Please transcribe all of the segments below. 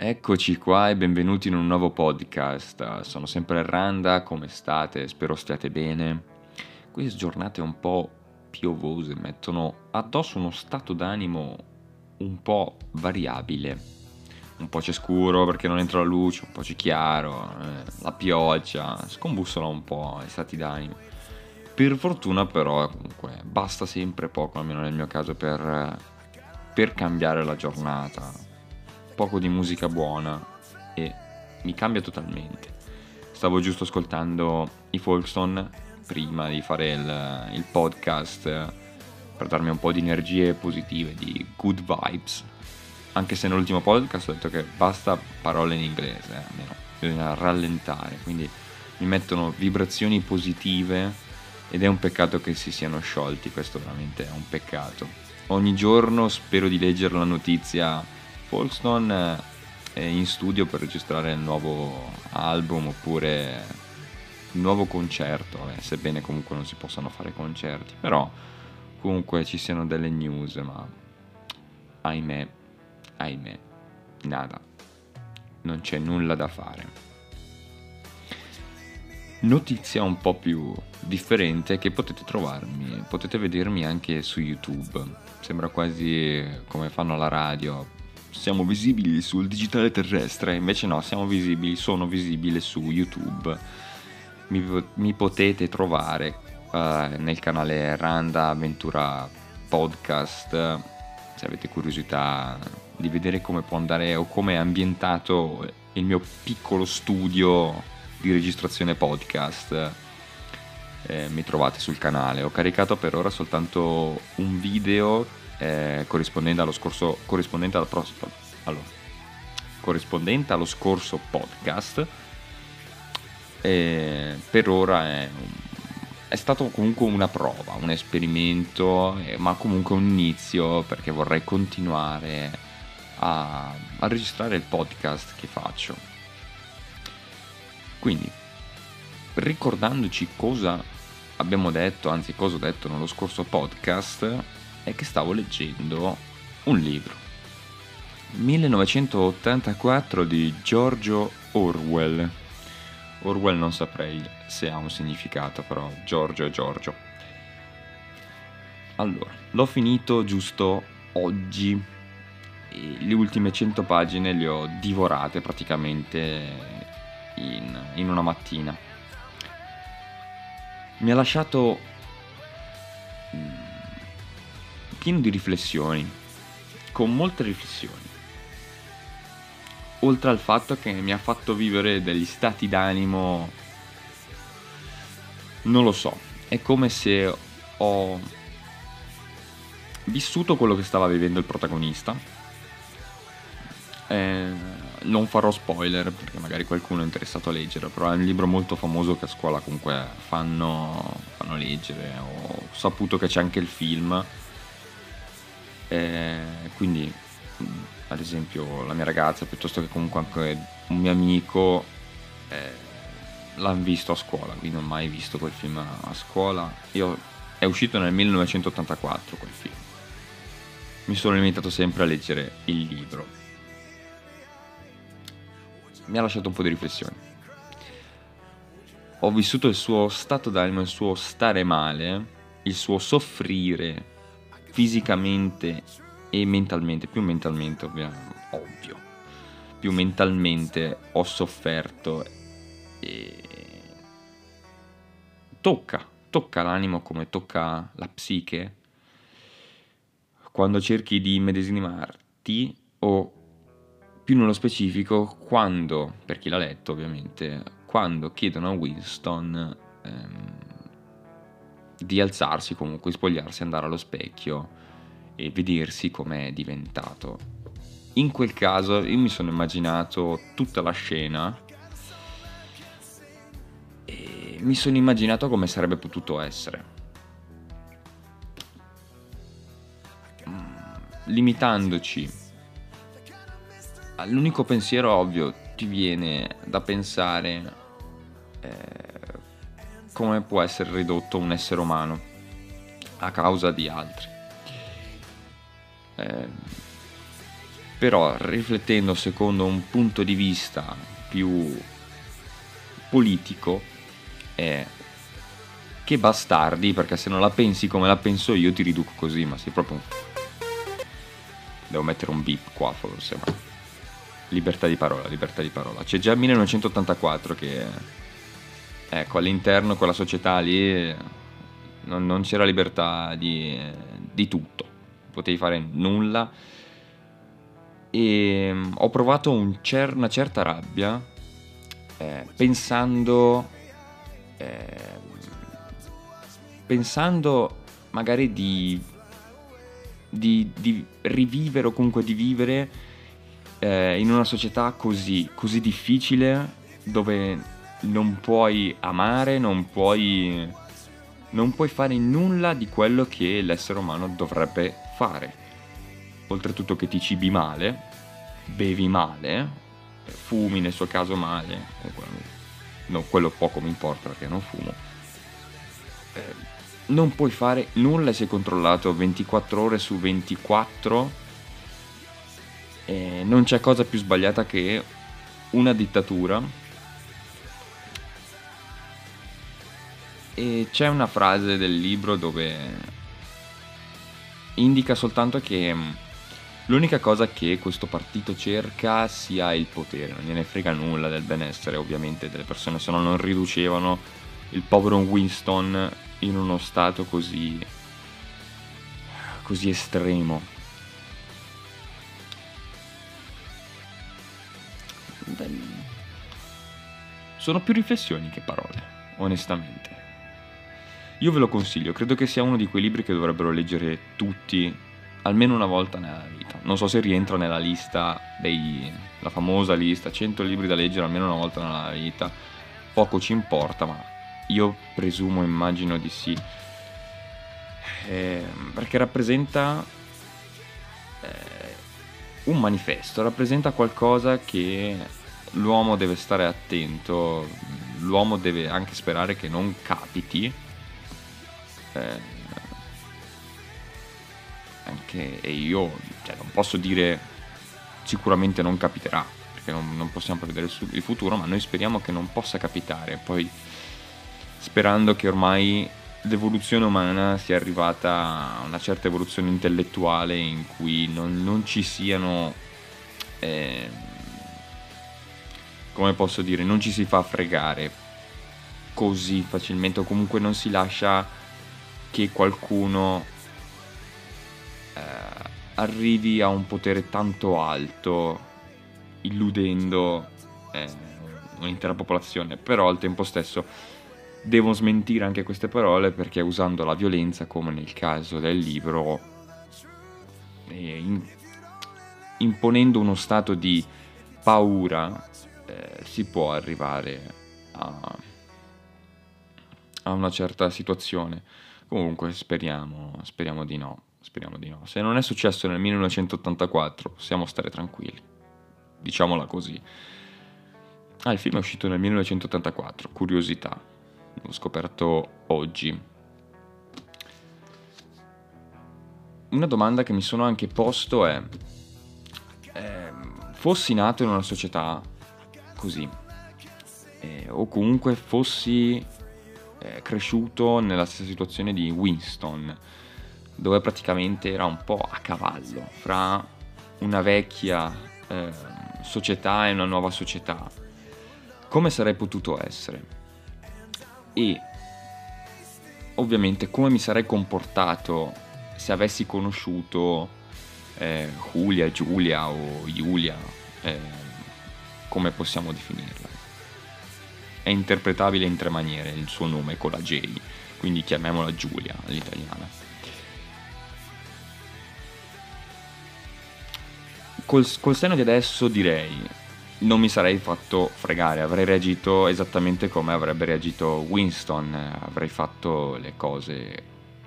Eccoci qua e benvenuti in un nuovo podcast. Sono sempre Randa, come state? Spero stiate bene. Queste giornate un po' piovose mettono addosso uno stato d'animo un po' variabile. Un po' c'è scuro perché non entra la luce, un po' c'è chiaro, la pioggia, scombussola un po' i stati d'animo. Per fortuna però comunque basta sempre poco, almeno nel mio caso, per cambiare la giornata. Poco di musica buona e mi cambia totalmente. Stavo giusto ascoltando i Folkestone prima di fare il podcast per darmi un po' di energie positive, di good vibes. Anche se nell'ultimo podcast ho detto che basta parole in inglese, almeno bisogna rallentare, quindi mi mettono vibrazioni positive ed è un peccato che si siano sciolti, questo veramente è un peccato. Ogni giorno spero di leggere la notizia Folkestone è in studio per registrare il nuovo album oppure il nuovo concerto, sebbene comunque non si possano fare concerti, però comunque ci siano delle news, ma ahimè, nada, non c'è nulla da fare. Notizia un po' più differente che potete vedermi anche su YouTube. Sembra quasi come fanno alla radio. Siamo visibili sul digitale terrestre, invece no, sono visibile su YouTube. Mi potete trovare nel canale Randa Avventura Podcast, se avete curiosità di vedere come può andare o come è ambientato il mio piccolo studio di registrazione podcast. Mi trovate sul canale. Ho caricato per ora soltanto un video corrispondente allo scorso podcast. Per ora è stato comunque una prova, un esperimento, ma comunque un inizio, perché vorrei continuare a registrare il podcast che faccio. Quindi, ricordandoci cosa abbiamo detto, anzi cosa ho detto nello scorso podcast, è che stavo leggendo un libro, 1984 di George Orwell. Orwell non saprei se ha un significato, però Giorgio è Giorgio. Allora, l'ho finito giusto oggi e le ultime 100 pagine le ho divorate praticamente in una mattina. Mi ha lasciato pieno di riflessioni, con molte riflessioni, oltre al fatto che mi ha fatto vivere degli stati d'animo, non lo so, è come se ho vissuto quello che stava vivendo il protagonista. Non farò spoiler perché magari qualcuno è interessato a leggere, però è un libro molto famoso che a scuola comunque fanno leggere. Ho saputo che c'è anche il film, quindi ad esempio la mia ragazza, piuttosto che comunque anche un mio amico, l'hanno visto a scuola, quindi non ho mai visto quel film a scuola. È uscito nel 1984 quel film. Mi sono limitato sempre a leggere il libro. Mi ha lasciato un po' di riflessione. Ho vissuto il suo stato d'animo, il suo stare male, il suo soffrire fisicamente e mentalmente, più mentalmente ovvio, più mentalmente ho sofferto e tocca l'animo come tocca la psiche quando cerchi di immedesimarti o più nello specifico quando, per chi l'ha letto ovviamente, quando chiedono a Winston di alzarsi, comunque spogliarsi, andare allo specchio e vedersi com'è diventato. In quel caso io mi sono immaginato tutta la scena e mi sono immaginato come sarebbe potuto essere. Limitandoci, l'unico pensiero ovvio ti viene da pensare come può essere ridotto un essere umano a causa di altri. Però riflettendo secondo un punto di vista più politico è che bastardi, perché se non la pensi come la penso io ti riduco così, ma sei proprio devo mettere un beep qua forse, ma libertà di parola. C'è già il 1984 che ecco, all'interno quella società lì non c'era libertà di tutto, potevi fare nulla, e ho provato una certa rabbia pensando magari di rivivere o comunque di vivere in una società così difficile, dove non puoi amare, non puoi fare nulla di quello che l'essere umano dovrebbe fare. Oltretutto che ti cibi male, bevi male, fumi nel suo caso male, no, quello poco mi importa perché non fumo. Non puoi fare nulla e sei controllato 24 ore su 24. Non c'è cosa più sbagliata che una dittatura. E c'è una frase del libro dove indica soltanto che l'unica cosa che questo partito cerca sia il potere, non gliene frega nulla del benessere ovviamente delle persone, se no non riducevano il povero Winston in uno stato così estremo. Sono più riflessioni che parole, onestamente. Io ve lo consiglio, credo che sia uno di quei libri che dovrebbero leggere tutti almeno una volta nella vita. Non so se rientra nella lista la famosa lista 100 libri da leggere almeno una volta nella vita, poco ci importa, ma io immagino di sì, perché rappresenta un manifesto, rappresenta qualcosa che l'uomo deve stare attento, l'uomo deve anche sperare che non capiti, anche, e io non posso dire sicuramente non capiterà, perché non possiamo prevedere il futuro, ma noi speriamo che non possa capitare, poi sperando che ormai l'evoluzione umana sia arrivata a una certa evoluzione intellettuale in cui non ci siano, come posso dire, non ci si fa fregare così facilmente, o comunque non si lascia che qualcuno arrivi a un potere tanto alto illudendo un'intera popolazione. Però al tempo stesso devo smentire anche queste parole, perché usando la violenza, come nel caso del libro, imponendo uno stato di paura, si può arrivare a una certa situazione. Comunque speriamo di no. Se non è successo nel 1984 possiamo stare tranquilli, diciamola così. Il film è uscito nel 1984, curiosità, l'ho scoperto oggi. Una domanda che mi sono anche posto è: fossi nato in una società così, o comunque fossi cresciuto nella stessa situazione di Winston, dove praticamente era un po' a cavallo fra una vecchia società e una nuova società, come sarei potuto essere? E ovviamente come mi sarei comportato se avessi conosciuto Julia, Giulia o Giulia, come possiamo definirla? È interpretabile in 3 maniere il suo nome con la J, quindi chiamiamola Giulia all'italiana. Col senno di adesso direi non mi sarei fatto fregare, avrei reagito esattamente come avrebbe reagito Winston, avrei fatto le cose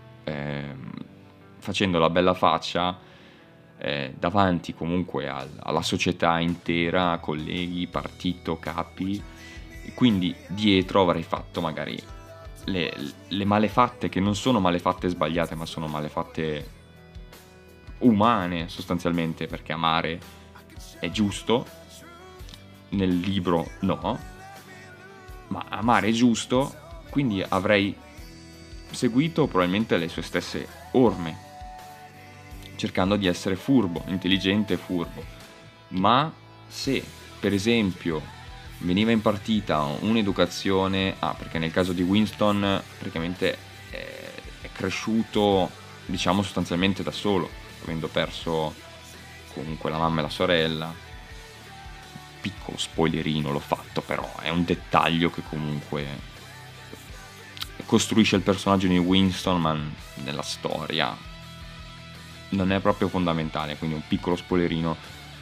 facendo la bella faccia davanti comunque alla società intera, colleghi, partito, capi. Quindi dietro avrei fatto magari le malefatte, che non sono malefatte sbagliate, ma sono malefatte umane sostanzialmente, perché amare è giusto, nel libro no, ma amare è giusto, quindi avrei seguito probabilmente le sue stesse orme, cercando di essere furbo, intelligente e furbo. Ma se, per esempio, veniva impartita un'educazione, perché nel caso di Winston praticamente è cresciuto, diciamo, sostanzialmente da solo, avendo perso comunque la mamma e la sorella. Piccolo spoilerino l'ho fatto, però è un dettaglio che comunque costruisce il personaggio di Winston, ma nella storia non è proprio fondamentale, quindi un piccolo spoilerino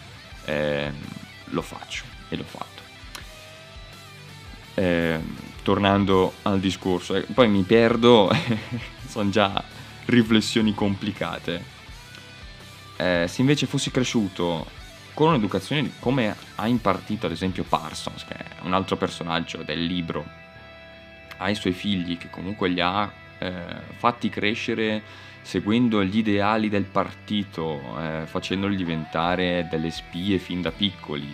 lo faccio e l'ho fatto. Tornando al discorso, poi mi perdo, sono già riflessioni complicate. Se invece fossi cresciuto con un'educazione come ha impartito ad esempio Parsons, che è un altro personaggio del libro, ai suoi figli, che comunque li ha fatti crescere seguendo gli ideali del partito, facendoli diventare delle spie fin da piccoli,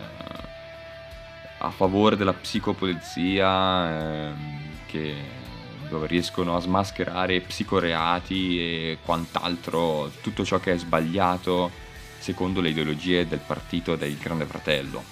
a favore della psicopolizia, dove riescono a smascherare psicoreati e quant'altro, tutto ciò che è sbagliato secondo le ideologie del partito del Grande Fratello.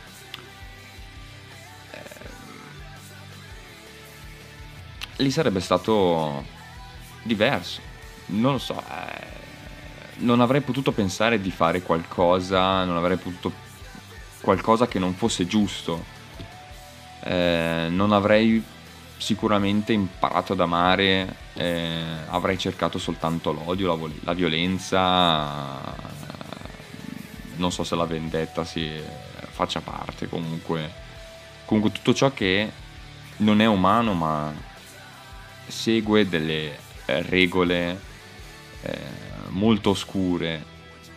Lì sarebbe stato diverso, non lo so, non avrei potuto pensare di fare qualcosa, non avrei potuto qualcosa che non fosse giusto, non avrei sicuramente imparato ad amare, avrei cercato soltanto l'odio, la violenza, non so se la vendetta faccia parte, comunque tutto ciò che non è umano ma segue delle regole molto oscure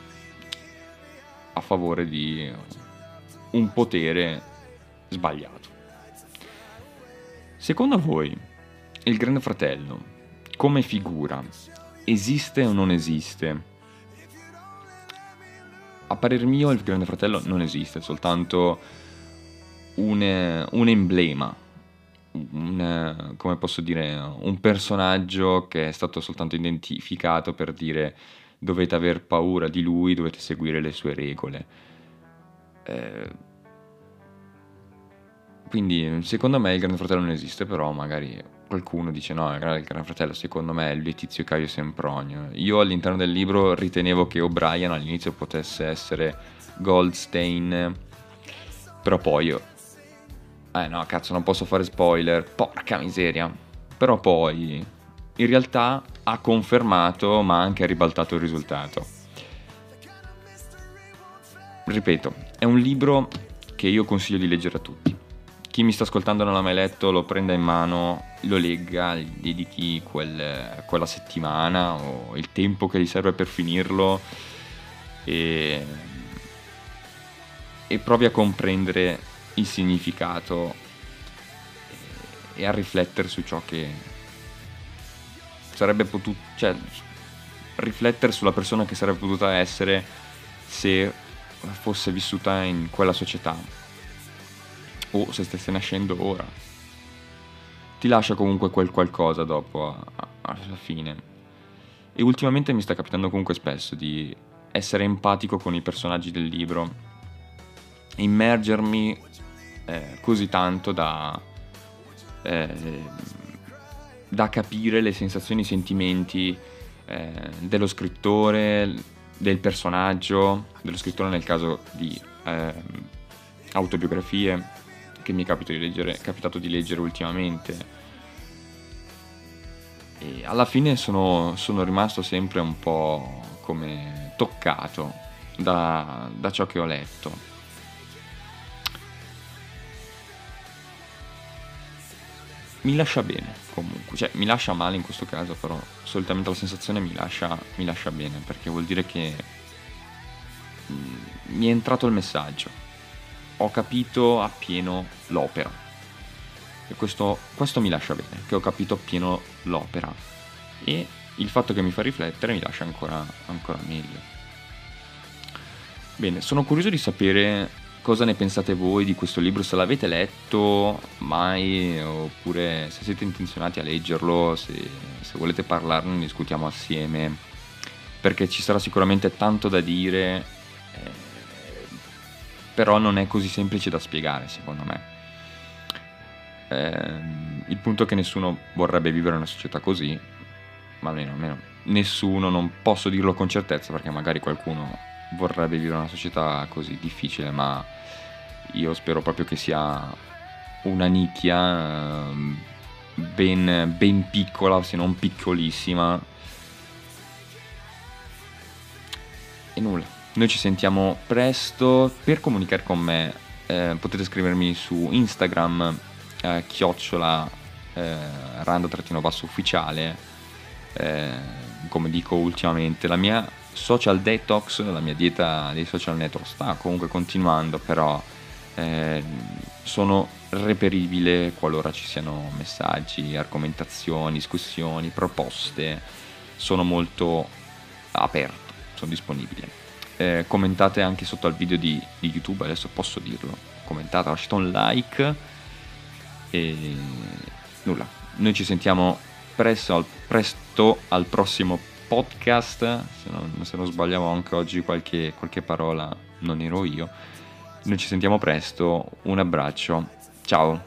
a favore di un potere sbagliato. Secondo voi il Grande Fratello come figura esiste o non esiste? A parer mio il Grande Fratello non esiste, è soltanto un emblema, come posso dire, un personaggio che è stato soltanto identificato per dire dovete aver paura di lui, dovete seguire le sue regole. Quindi secondo me il Grande Fratello non esiste, però magari qualcuno dice no, il Grande Fratello secondo me è il Tizio Caio Sempronio. Io all'interno del libro ritenevo che O'Brien all'inizio potesse essere Goldstein, però poi no, cazzo, non posso fare spoiler, porca miseria. Però poi in realtà ha confermato ma anche ha ribaltato il risultato. Ripeto, è un libro che io consiglio di leggere a tutti. Chi mi sta ascoltando non l'ha mai letto, lo prenda in mano, lo legga, gli dedichi quella settimana o il tempo che gli serve per finirlo e provi a comprendere il significato e a riflettere su ciò che sarebbe potuto, cioè riflettere sulla persona che sarebbe potuta essere se fosse vissuta in quella società o se stesse nascendo ora. Ti lascia comunque quel qualcosa dopo alla fine. E ultimamente mi sta capitando comunque spesso di essere empatico con i personaggi del libro, immergermi così tanto da capire le sensazioni e i sentimenti dello scrittore, del personaggio, dello scrittore nel caso di autobiografie che mi è capitato di leggere ultimamente, e alla fine sono rimasto sempre un po' come toccato da ciò che ho letto. Mi lascia bene comunque, cioè mi lascia male in questo caso, però solitamente la sensazione mi lascia bene, perché vuol dire che mi è entrato il messaggio, ho capito appieno l'opera, e questo mi lascia bene, che ho capito appieno l'opera, e il fatto che mi fa riflettere mi lascia ancora meglio. Bene, sono curioso di sapere cosa ne pensate voi di questo libro, se l'avete letto mai, oppure se siete intenzionati a leggerlo, se volete parlarne, ne discutiamo assieme, perché ci sarà sicuramente tanto da dire, però non è così semplice da spiegare, secondo me. Il punto è che nessuno vorrebbe vivere in una società così, ma almeno nessuno, non posso dirlo con certezza perché magari qualcuno vorrebbe vivere in una società così difficile, ma io spero proprio che sia una nicchia ben piccola, se non piccolissima. E nulla, noi ci sentiamo presto. Per comunicare con me potete scrivermi su Instagram chiocciola randa-ufficiale. Come dico ultimamente, la mia social detox, la mia dieta dei social network sta comunque continuando, però sono reperibile qualora ci siano messaggi, argomentazioni, discussioni, proposte. Sono molto aperto, sono disponibile. Commentate anche sotto al video di YouTube, adesso posso dirlo, commentate, lasciate un like e nulla, noi ci sentiamo presto al prossimo podcast. Se non sbagliamo anche oggi qualche parola non ero io. Noi ci sentiamo presto, un abbraccio, ciao.